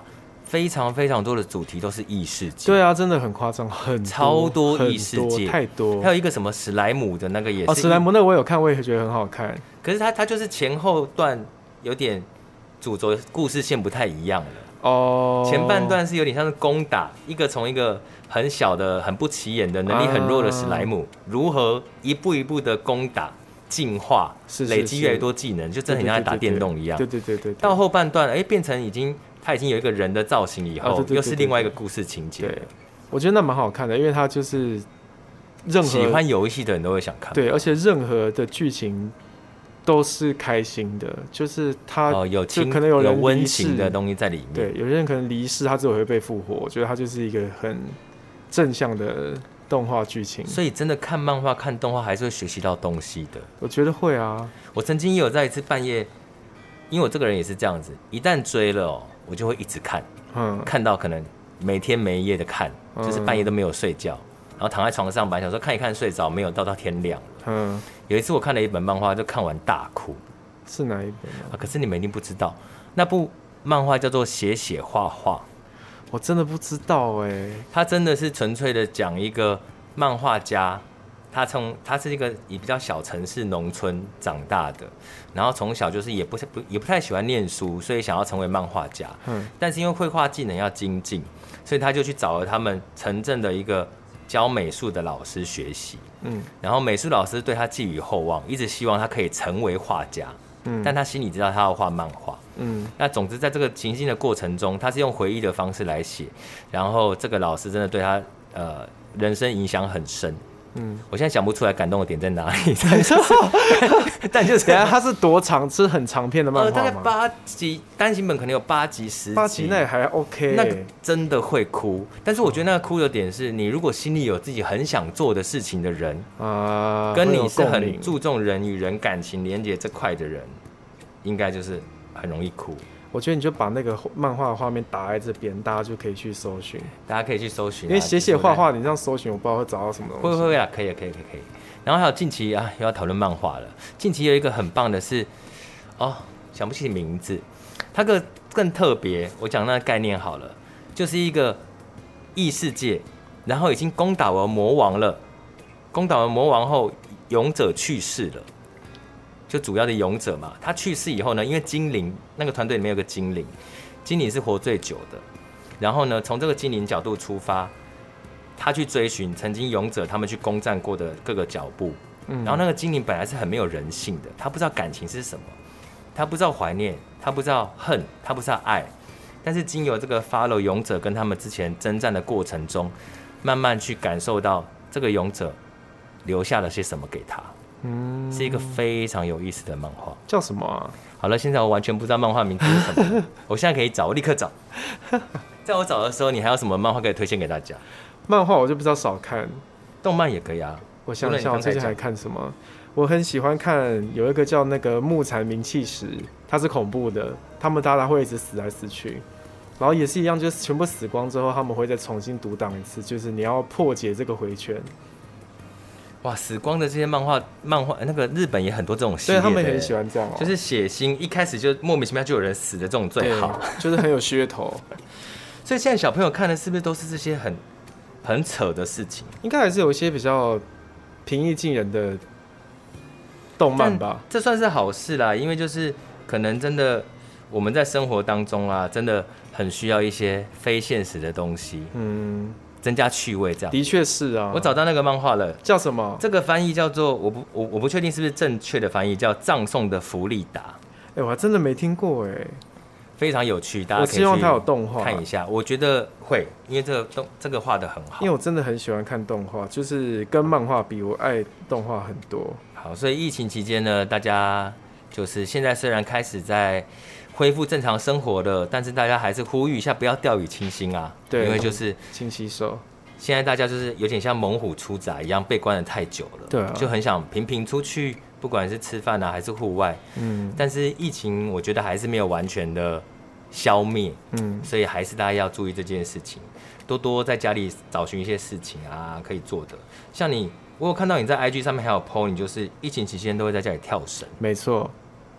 非常非常多的主题都是异世界。 对啊，真的很夸张，很多超多异世界， 太多。 还有一个什么史莱姆的那个也是。 史莱姆那个我有看，我也觉得很好看。 可是它就是前后段有点主轴故事线不太一样了。前半段是有点像是攻打一个从一个很小的、很不起眼的、能力很弱的史莱姆，如何一步一步的攻打、进化、累积越来越多技能，就真的很像在打电动一样。 对。 到后半段，变成他已经有一个人的造型以后，又是另外一个故事情节。 对，我觉得那蛮好看的，因为它就是任何喜欢游戏的人都会想看。 对，而且任何的剧情都是开心的，就是它就可能有人温情的东西在里面。 对，有些人可能离世，他只有会被复活。我觉得它就是一个很正向的动画剧情。 所以真的看漫画、看动画还是会学习到东西的。 我觉得会啊。 我曾经也有在一次半夜，因为我这个人也是这样子，一旦追了我就会一直看，看到可能每天每夜的看，就是半夜都没有睡觉，然后躺在床上，本来想说看一看睡着，没有到天亮了。有一次我看了一本漫画，就看完大哭。 是哪一本啊？ 可是你们一定不知道，那部漫画叫做《写写画画》。 我真的不知道它真的是纯粹的讲一个漫画家，他是一个以比较小城市农村长大的，然后从小就是也不太喜欢念书，所以想要成为漫画家。但是因为绘画技能要精进，所以他就去找了他们城镇的一个教美术的老师学习。然后美术老师对他寄予厚望，一直希望他可以成为画家。但他心里知道他要画漫画。那总之在这个情境的过程中，他是用回忆的方式来写，然后这个老师真的对他人生影响很深。我现在想不出来感动的点在哪里，但就是它是多长？是很长篇的漫画吗？ 大概8集，单行本可能有8集、10集。 8集那也还 OK， 那个真的会哭。但是我觉得那个哭的点是，你如果心里有自己很想做的事情的人，跟你是很注重人与人感情连结这块的人，应该就是很容易哭。 我觉得你就把那个漫画的画面打在这边，大家就可以去搜寻。 大家可以去搜寻， 因为写画画，你这样搜寻，我不知道会找到什么东西。 会啊，可以。然后还有近期又要讨论漫画了。近期有一个很棒的是，想不起名字，它更特别。我讲那个概念好了，就是一个异世界，然后已经攻打完魔王了。攻打完魔王后，勇者去世了。就主要的勇者嘛，他去世以后呢，因为精灵那个团队里面有个精灵，精灵是活最久的。然后呢，从这个精灵角度出发，他去追寻曾经勇者他们去攻占过的各个脚步。然后那个精灵本来是很没有人性的，他不知道感情是什么，他不知道怀念，他不知道恨，他不知道爱。但是经由这个 follow 勇者跟他们之前征战的过程中，慢慢去感受到这个勇者留下了些什么给他。是一个非常有意思的漫画， 叫什么啊？ 好了，现在我完全不知道漫画名字是什么，我现在可以找，我立刻找。在我找的时候，你还有什么漫画可以推荐给大家？ 漫画我就比较少看， 动漫也可以啊。 我想一下，我最近还看什么？我很喜欢看有一个叫那个木材名气石，它是恐怖的，他们大家会一直死来死去，然后也是一样，就是全部死光之后，他们会再重新读档一次，就是你要破解这个回圈。 哇，死光的这些漫画，那个日本也很多这种系列的， 对，他们也很喜欢这样就是血腥，一开始就莫名其妙就有人死的这种最好， 就是很有噱头。 所以现在小朋友看的是不是都是这些很扯的事情？ 应该还是有一些比较平易近人的动漫吧。 这算是好事啦，因为就是可能真的我们在生活当中啊，真的很需要一些非现实的东西。增加趣味，这样的确是啊。 我找到那个漫画了， 叫什么？ 这个翻译叫做我不确定是不是正确的翻译，叫《葬送的弗利达》。 我还真的没听过非常有趣，大家可以去我希望它有动画看一下。我觉得会，因为这个画得很好。 因为我真的很喜欢看动画，就是跟漫画比，我爱动画很多。 好，所以疫情期间呢，大家就是现在虽然开始在恢复正常生活了，但是大家还是呼吁一下，不要掉以轻心啊。 对， 因为就是勤洗手。 现在大家就是有点像猛虎出闸一样，被关得太久了， 对啊， 就很想频频出去，不管是吃饭啊还是户外。但是疫情我觉得还是没有完全的消灭。所以还是大家要注意这件事情，多多在家里找寻一些事情啊可以做的。像我有看到你在 IG 上面还有 po， 你就是疫情期间都会在家里跳绳。 没错。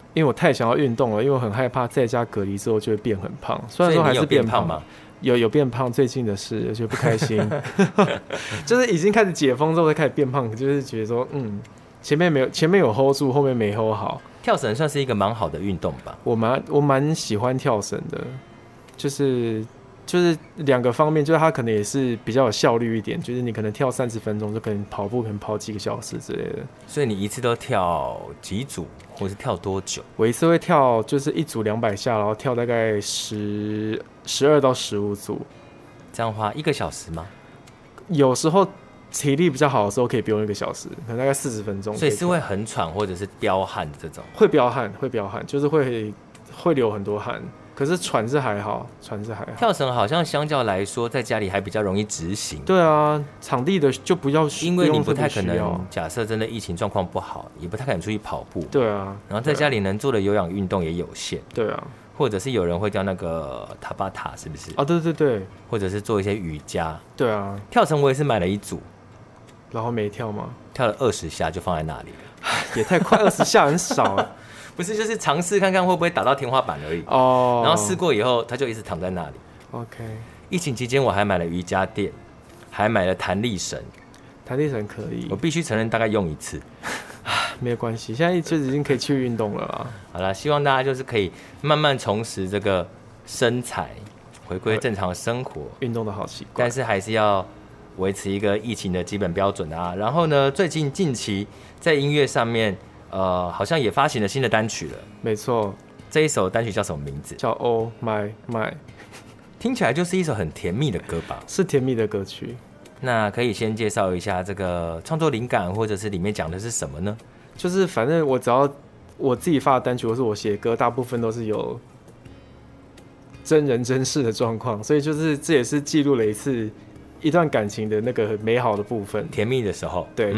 因为我太想要运动了，因为我很害怕在家隔离之后就会变很胖。虽然说还是变胖吗？ 有变胖，最近的事，我觉得不开心。就是已经开始解封之后，才开始变胖，就是觉得说，前面有 hold 住，后面没 hold 好。 跳绳算是一个蛮好的运动吧？ 我蛮喜欢跳绳的，就是两个方面，就是它可能也是比较有效率一点，就是你可能跳30分钟，就可能跑步可能跑几个小时之类的。 所以你一次都跳几组，或是跳多久？ 我一次会跳就是一组200下，然后跳大概12到15组。 这样花1个小时吗？ 有时候体力比较好的时候可以不用1个小时，可能大概40分钟。 所以是会很喘或者是飙汗的这种？ 会飙汗，就是会流很多汗。可是喘是还好。 跳绳好像相较来说，在家里还比较容易执行。 对啊，场地的就不要， 因为你不太可能，假设真的疫情状况不好，也不太可能出去跑步。 对啊， 然后在家里能做的有氧运动也有限。 对啊， 或者是有人会叫那个塔巴塔，是不是？ 啊，对。 或者是做一些瑜伽。 对啊， 跳绳我也是买了1组， 然后没跳吗？ 跳了20下就放在那里了。 也太快，20下很少。 不是，就是尝试看看会不会打到天花板而已。 哦。 然后试过以后，它就一直躺在那里。 OK。 疫情期间我还买了瑜伽垫，还买了弹力绳。 弹力绳可以。 我必须承认，大概用1次。 没有关系，现在就已经可以去运动了啦。 好啦，希望大家就是可以慢慢重拾这个身材，回归正常的生活， 运动的好习惯。 但是还是要维持一个疫情的基本标准啊。然后呢，近期在音乐上面，好像也发行了新的单曲了。 没错， 这一首单曲叫什么名字？ 叫 Oh My My， 听起来就是一首很甜蜜的歌吧？ 是甜蜜的歌曲。 那可以先介绍一下这个创作灵感，或者是里面讲的是什么呢？ 就是反正我只要我自己发的单曲，或是我写歌，大部分都是有真人真事的状况，所以就是这也是记录了一段感情的那个美好的部分， 甜蜜的时候。 对，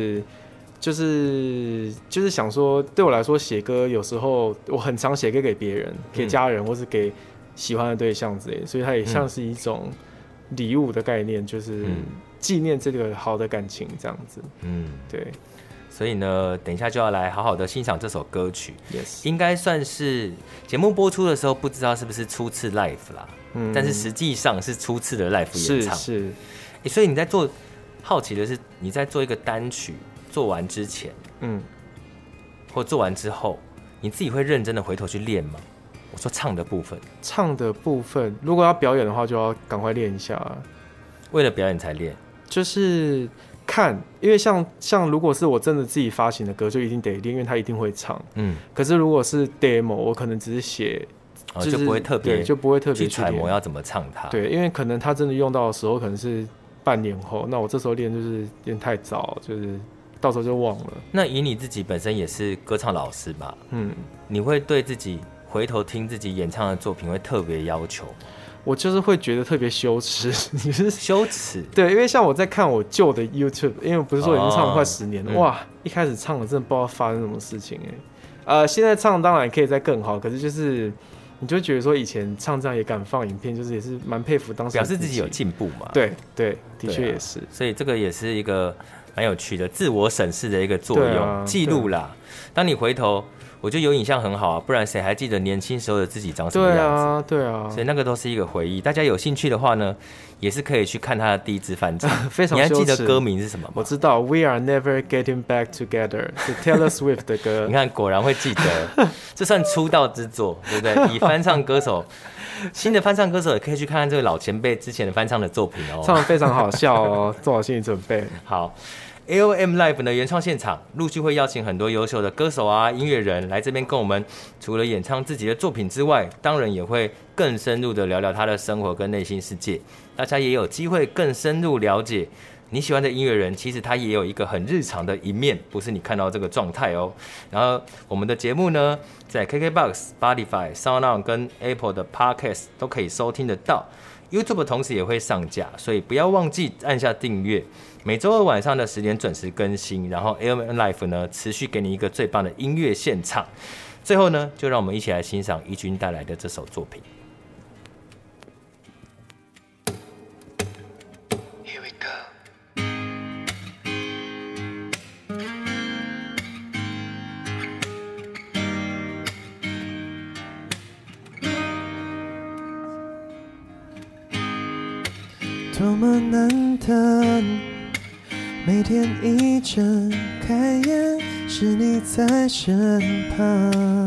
就是想说，对我来说写歌有时候我很常写歌给别人，给家人，或是给喜欢的对象之类的，所以它也像是一种礼物的概念，就是纪念这个好的感情这样子。对。 所以呢，等一下就要来好好的欣赏这首歌曲。 Yes， 应该算是节目播出的时候，不知道是不是初次 live 啦。但是实际上是初次的 live 演唱。 是。 所以你在好奇的是，你在做一个单曲做完之前，或做完之后，你自己会认真的回头去练吗？我说唱的部分，如果要表演的话，就要赶快练一下。 为了表演才练， 就是看，因为像如果是我真的自己发行的歌，就一定得练，因为他一定会唱。可是如果是 demo， 我可能只是写， 就不会特别去揣摩要怎么唱它。 对，因为可能他真的用到的时候，可能是半年后，那我这时候练就是练太早，就是到时候就忘了。 那以你自己本身也是歌唱老师吧？你会对自己回头听自己演唱的作品会特别要求吗？ 我就是会觉得特别羞耻。你是羞耻？ 对，因为像我在看我旧的 YouTube， 因为我不是说已经唱了快10年了，哇，一开始唱了真的不知道发生什么事情现在唱当然可以再更好，可是就是你就会觉得说以前唱这样也敢放影片，就是也是蛮佩服当时表示自己有进步嘛。 对，的确也是。 所以这个也是一个蛮有趣的自我审视的一个作用，记录啦。当你回头，我觉得有影像很好啊，不然谁还记得年轻时候的自己长什么样子？ 对啊。 所以那个都是一个回忆。大家有兴趣的话呢，也是可以去看他的第一支翻唱。 非常羞耻。你还记得歌名是什么吗？ 我知道 ，We Are Never Getting Back Together 是 Taylor Swift 的歌。 你看，果然会记得，这算出道之作，对不对？以翻唱歌手，新的翻唱歌手也可以去看看这个老前辈之前的翻唱的作品哦， 唱得非常好笑哦，做好心理准备。 好。AOM Live 的原创现场陆续会邀请很多优秀的歌手啊、音乐人来这边跟我们，除了演唱自己的作品之外，当然也会更深入的聊聊他的生活跟内心世界。大家也有机会更深入了解你喜欢的音乐人，其实他也有一个很日常的一面，不是你看到这个状态哦。然后我们的节目呢，在 KKBOX、Spotify、SoundOn 跟 Apple 的 Podcast 都可以收听得到。YouTube 同时也会上架，所以不要忘记按下订阅。每周二晚上的10点准时更新，然后 AOM Live 呢持续给你一个最棒的音乐现场。最后呢，就让我们一起来欣赏怡君带来的这首作品。Here we go. 多么难得，每天一睁开眼是你在身旁，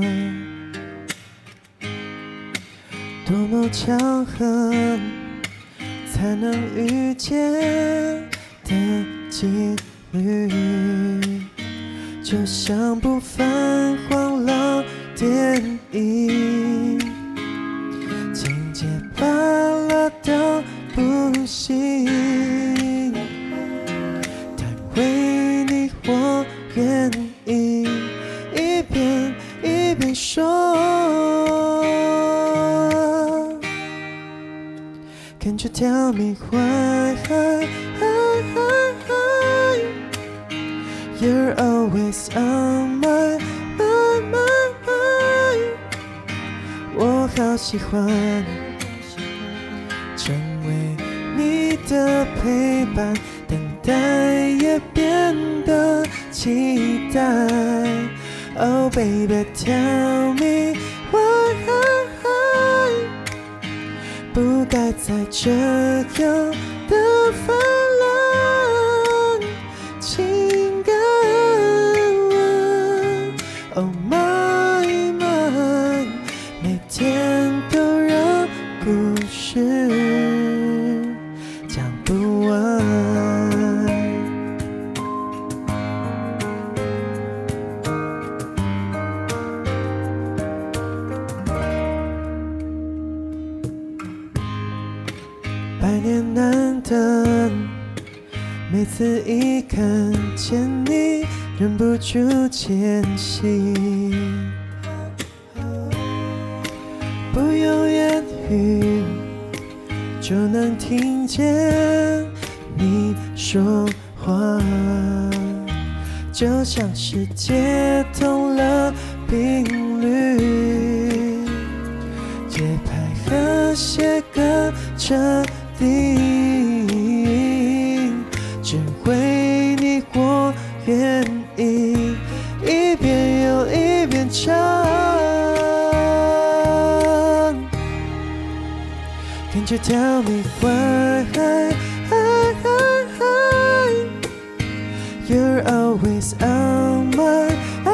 多么巧合才能遇见的几率，就像部泛黄老电影，情节扒拉到不行，但为你我愿意一遍一遍说。Can't you tell me why you're always on my mind？ 我好喜欢成为你的陪伴，等待也变得期待。Oh baby, tell me why 不该再这样的泛滥情感。Oh my mind， 每天都让故事讲不完。百年难等，每次一看见你，忍不住前行。不用言语，就能听见你说话，就像是接通了频率，节拍和谐跟着只为你我愿意一遍又一遍唱。Can't you tell me why you're always on my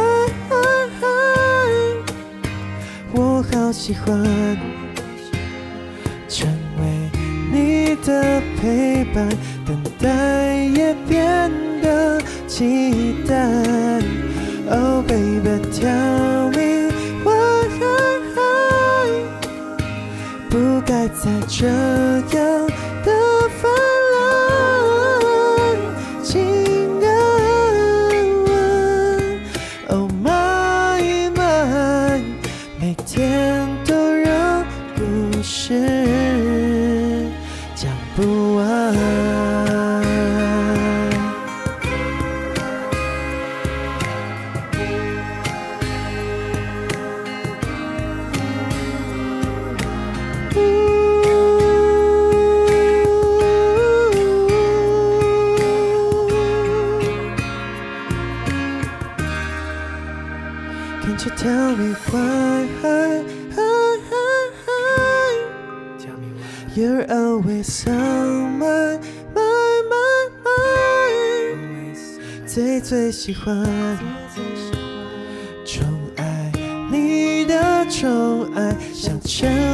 mind？ 我好喜欢成为你的陪伴，等待也变得期待。Oh baby, tell me why 不该再这样的泛滥情感。Oh my mind， 每天都让故事讲不完。Can't you tell me why you're always on my mind？ 最喜欢宠爱你的宠爱，像尘